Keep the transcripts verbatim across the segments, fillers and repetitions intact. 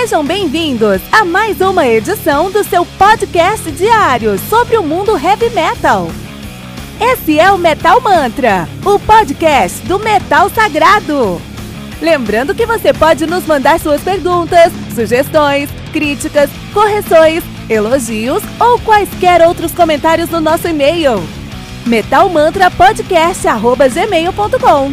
Sejam bem-vindos a mais uma edição do seu podcast diário sobre o mundo heavy metal. Esse é o Metal Mantra, o podcast do metal sagrado. Lembrando que você pode nos mandar suas perguntas, sugestões, críticas, correções, elogios ou quaisquer outros comentários no nosso e-mail metalmantrapodcast arroba gmail ponto com.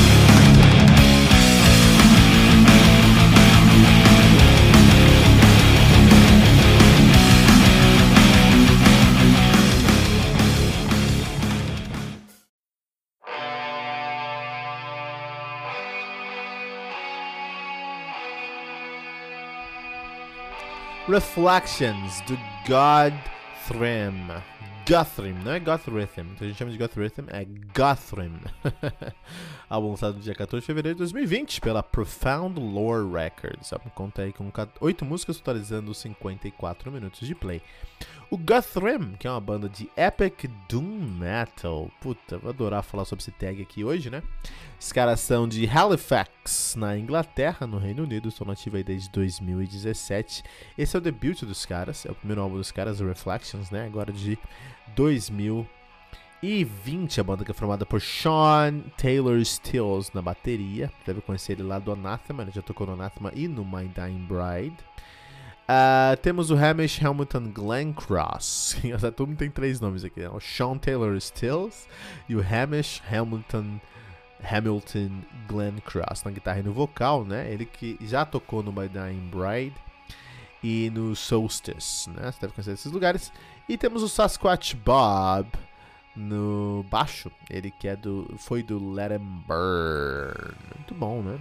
Reflections do Godthrim. Godthrim, não é Gothrithim, então a gente chama de Gothrithim, é Godthrim. Álbum lançado no dia quatorze de fevereiro de dois mil e vinte pela Profound Lore Records. Álbum conta aí com oito músicas, totalizando cinquenta e quatro minutos de play. O Godthrim, que é uma banda de Epic Doom Metal. Puta, vou adorar falar sobre esse tag aqui hoje, né? Os caras são de Halifax, na Inglaterra, no Reino Unido. Estão nativos aí desde dois mil e dezessete. Esse é o debut dos caras, é o primeiro álbum dos caras, Reflections, né? Agora de dois mil e vinte. A banda que é formada por Sean Taylor Stills na bateria. Deve conhecer ele lá do Anathema, ele já tocou no Anathema e no My Dying Bride. Uh, temos o Hamish Hamilton Glencross. Todo mundo tem três nomes aqui, né? O Sean Taylor Stills e o Hamish Hamilton Hamilton Glencross na guitarra e no vocal, né? Ele que já tocou no My Dying Bride e no Solstice, né? Você deve conhecer esses lugares. E temos o Sasquatch Bob no baixo. Ele que é do, foi do Let 'Em Burn. Muito bom, né?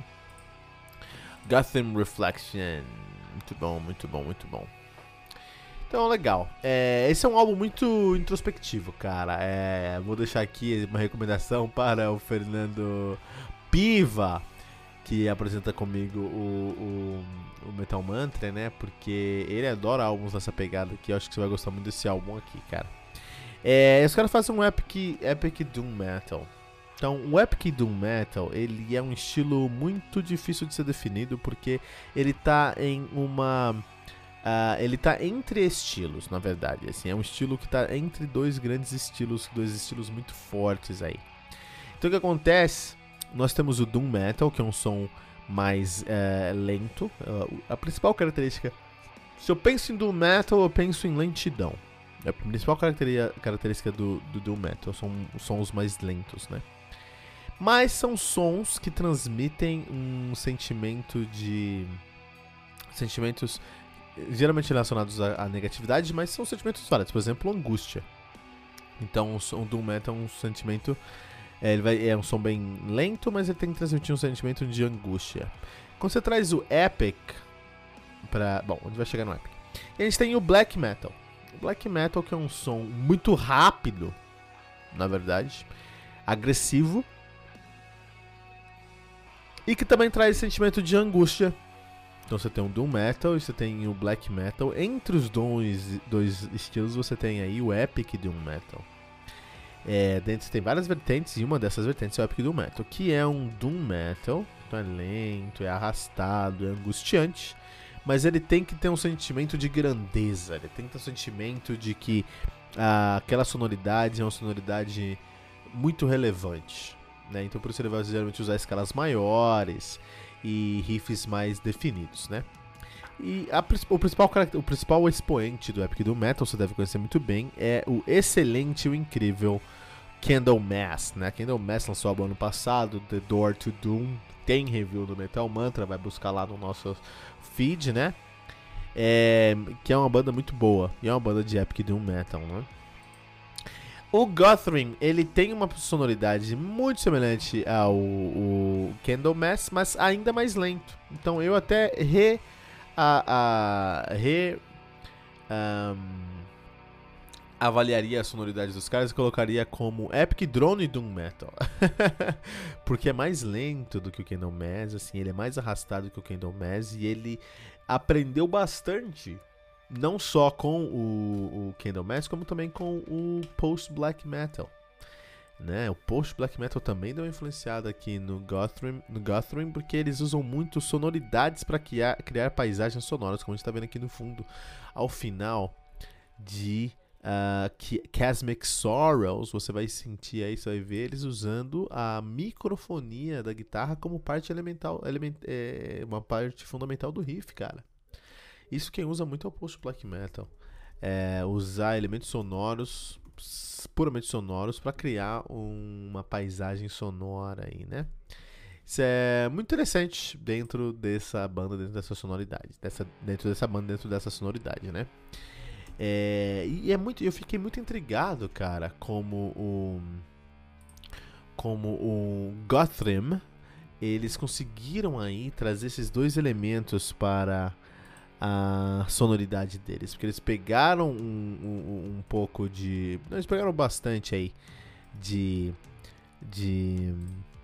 Gotham Reflection. Muito bom, muito bom, muito bom. Então, legal. É, esse é um álbum muito introspectivo, cara. É, vou deixar aqui uma recomendação para o Fernando Piva, que apresenta comigo o, o, o Metal Mantra, né? Porque ele adora álbuns nessa pegada aqui. Eu acho que você vai gostar muito desse álbum aqui, cara. É, os caras fazem um Epic, Epic Doom Metal. Então, o Epic Doom Metal, ele é um estilo muito difícil de ser definido, porque ele tá em uma... Uh, ele tá entre estilos, na verdade. Assim, é um estilo que tá entre dois grandes estilos, dois estilos muito fortes aí. Então, o que acontece? Nós temos o Doom Metal, que é um som mais uh, lento. Uh, a principal característica... Se eu penso em Doom Metal, eu penso em lentidão. A principal característica do, do Doom Metal são os sons mais lentos, né? Mas são sons que transmitem um sentimento de... Sentimentos geralmente relacionados à, à negatividade, mas são sentimentos válidos. Por exemplo, angústia. Então, o som Doom Metal é um sentimento... É, ele vai, é um som bem lento, mas ele tem que transmitir um sentimento de angústia. Quando você traz o Epic pra... Bom, onde vai chegar no Epic? E a gente tem o Black Metal. O Black Metal que é um som muito rápido, na verdade, agressivo, e que também traz sentimento de angústia. Então você tem o Doom Metal e você tem o Black Metal. Entre os dois, dois estilos você tem aí o Epic Doom Metal. É, dentro tem várias vertentes e uma dessas vertentes é o Epic Doom Metal, que é um Doom Metal. Então é lento, é arrastado, é angustiante, mas ele tem que ter um sentimento de grandeza. Ele tem que ter um sentimento de que ah, aquela sonoridade é uma sonoridade muito relevante, né? Então por isso ele vai geralmente usar escalas maiores e riffs mais definidos, né? E a, o, principal, o principal expoente do Epic Doom Metal, você deve conhecer muito bem, é o excelente e o incrível Candlemass, né? Candlemass lançou o álbum ano passado, The Door to Doom. Tem review do Metal Mantra, vai buscar lá no nosso feed, né? É, que é uma banda muito boa, e é uma banda de Epic Doom Metal, né? O Godthrim, ele tem uma sonoridade muito semelhante ao, ao Candlemass, mas ainda mais lento. Então eu até re... A, a, re um, avaliaria a sonoridade dos caras e colocaria como Epic Drone Doom Metal. Porque é mais lento do que o Candlemass, assim, ele é mais arrastado que o Candlemass, e ele aprendeu bastante, não só com o, o Candlemass, como também com o Post Black Metal. né? O post-black metal também deu uma influenciada aqui no Gothrim, no Gothrim, porque eles usam muito sonoridades para criar, criar paisagens sonoras, como a gente está vendo aqui no fundo, ao final de uh, Cosmic Sorrows. Você vai sentir aí, você vai ver eles usando a microfonia da guitarra como parte elemental, element, é, uma parte fundamental do riff, cara. Isso quem usa muito é o post-black metal. É, usar elementos sonoros, puramente sonoros, para criar um, uma paisagem sonora aí, né? Isso é muito interessante dentro dessa banda, dentro dessa sonoridade, dessa, dentro dessa banda, dentro dessa sonoridade, né? É, e é muito, eu fiquei muito intrigado, cara, como o como o Gothrim, eles conseguiram aí trazer esses dois elementos para a sonoridade deles, porque eles pegaram um, um, um pouco de, eles pegaram bastante aí de de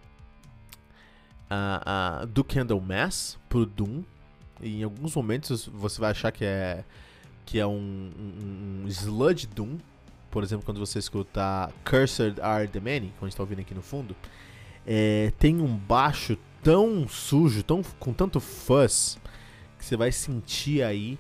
uh, uh, do Candlemass pro Doom. E em alguns momentos você vai achar que é que é um, um, um sludge Doom, por exemplo, quando você escutar Cursed Are the Many, como a gente está ouvindo aqui no fundo, é, tem um baixo tão sujo, tão, com tanto fuzz, que você vai sentir aí,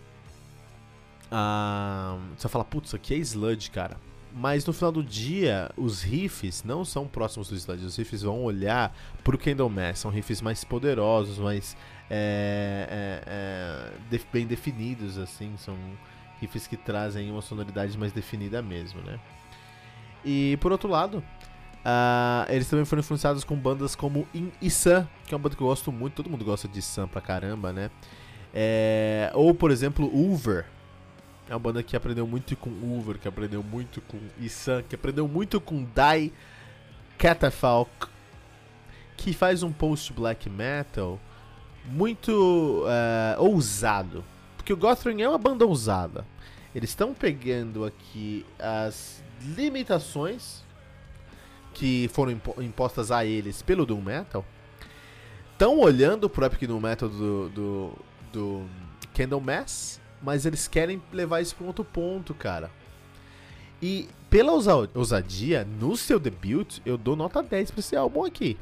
uh, você vai falar, putz, isso aqui é sludge, cara. Mas no final do dia, os riffs não são próximos do sludge, os riffs vão olhar pro Candlemass, são riffs mais poderosos, mais é, é, é, def, bem definidos, assim, são riffs que trazem uma sonoridade mais definida mesmo, né? E por outro lado, uh, eles também foram influenciados com bandas como Ihsahn, que é uma banda que eu gosto muito, todo mundo gosta de Ihsahn pra caramba, né? É, ou, por exemplo, Ulver. É uma banda que aprendeu muito com Ulver, que aprendeu muito com Ihsahn, que aprendeu muito com Die Catafalque, que faz um post-black metal muito uh, ousado. Porque o Gothrim é uma banda ousada. Eles estão pegando aqui as limitações que foram impo- impostas a eles pelo Doom Metal. Estão olhando pro Epic Doom Metal do, do, do Candlemass, mas eles querem levar isso para um outro ponto, cara. E pela ousa- ousadia, no seu debut, eu dou nota dez para esse álbum aqui.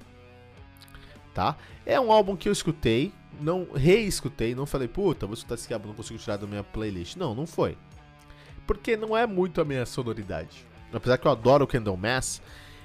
Tá? É um álbum que eu escutei, não reescutei, não falei, puta, vou escutar esse álbum, não consigo tirar da minha playlist. Não, não foi. Porque não é muito a minha sonoridade. Apesar que eu adoro o Candlemass,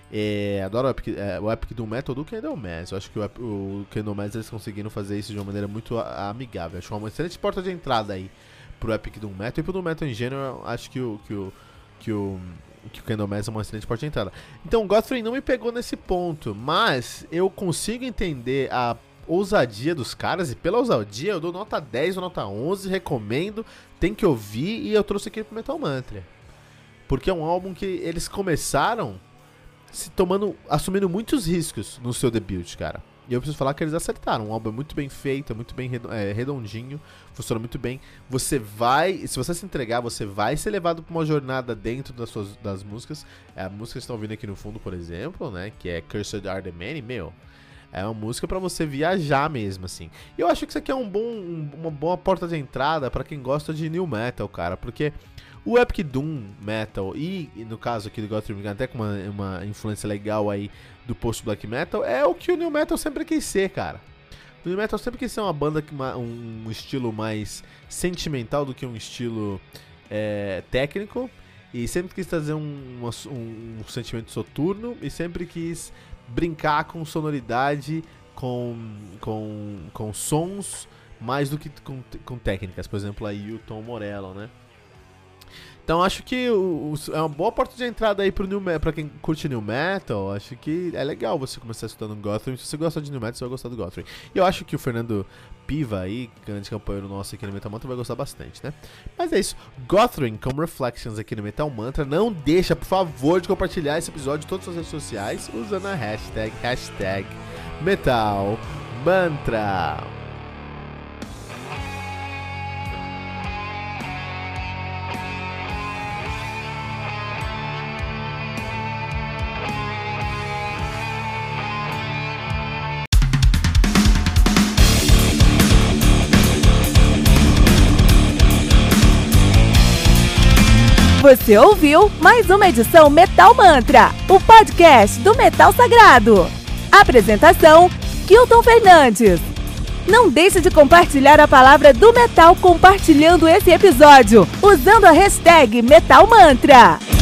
é, adoro o Epic, é, o Epic Doom Metal do Candlemass. Eu acho que o, o Candlemass eles conseguiram fazer isso de uma maneira muito amigável. Acho uma excelente porta de entrada aí pro Epic Doom Metal e pro Doom Metal em gênero. Acho que o que o que o que o Candlemass é uma excelente porta de entrada. Então o Gothrim não me pegou nesse ponto, mas eu consigo entender a ousadia dos caras, e pela ousadia eu dou nota dez ou nota onze, recomendo, tem que ouvir, e eu trouxe aqui pro Metal Mantra. Porque é um álbum que eles começaram se tomando, assumindo muitos riscos no seu debut, cara. E eu preciso falar que eles acertaram. Um álbum muito bem feito, muito bem redondinho, funciona muito bem. Você vai, se você se entregar, você vai ser levado pra uma jornada dentro das suas das músicas. É a música que vocês estão ouvindo aqui no fundo, por exemplo, né, que é Cursed Are the Many, meu. É uma música pra você viajar mesmo, assim. E eu acho que isso aqui é um bom, um, uma boa porta de entrada pra quem gosta de New Metal, cara. Porque o Epic Doom Metal e, no caso aqui do Gothrim, até com uma, uma influência legal aí do post-black metal, é o que o New Metal sempre quis ser, cara. O New Metal sempre quis ser uma banda, que uma, um estilo mais sentimental do que um estilo é, técnico. E sempre quis trazer um, um, um sentimento soturno e sempre quis brincar com sonoridade, com, com, com sons, mais do que com, com técnicas. Por exemplo, aí o Tom Morello, né? Então acho que o, o, é uma boa porta de entrada aí pro new metal, pra quem curte New Metal. Acho que é legal você começar escutando Gothrim. Se você gosta de New Metal, você vai gostar do Gothrim. E eu acho que o Fernando Piva aí, grande companheiro nosso aqui no Metal Mantra, vai gostar bastante, né? Mas é isso, Gothrim como Reflections aqui no Metal Mantra. Não deixa, por favor, de compartilhar esse episódio em todas as redes sociais usando a hashtag, hashtag Metal Mantra. Você ouviu mais uma edição Metal Mantra, o podcast do Metal Sagrado. Apresentação, Kilton Fernandes. Não deixe de compartilhar a palavra do metal compartilhando esse episódio, usando a hashtag Metal Mantra.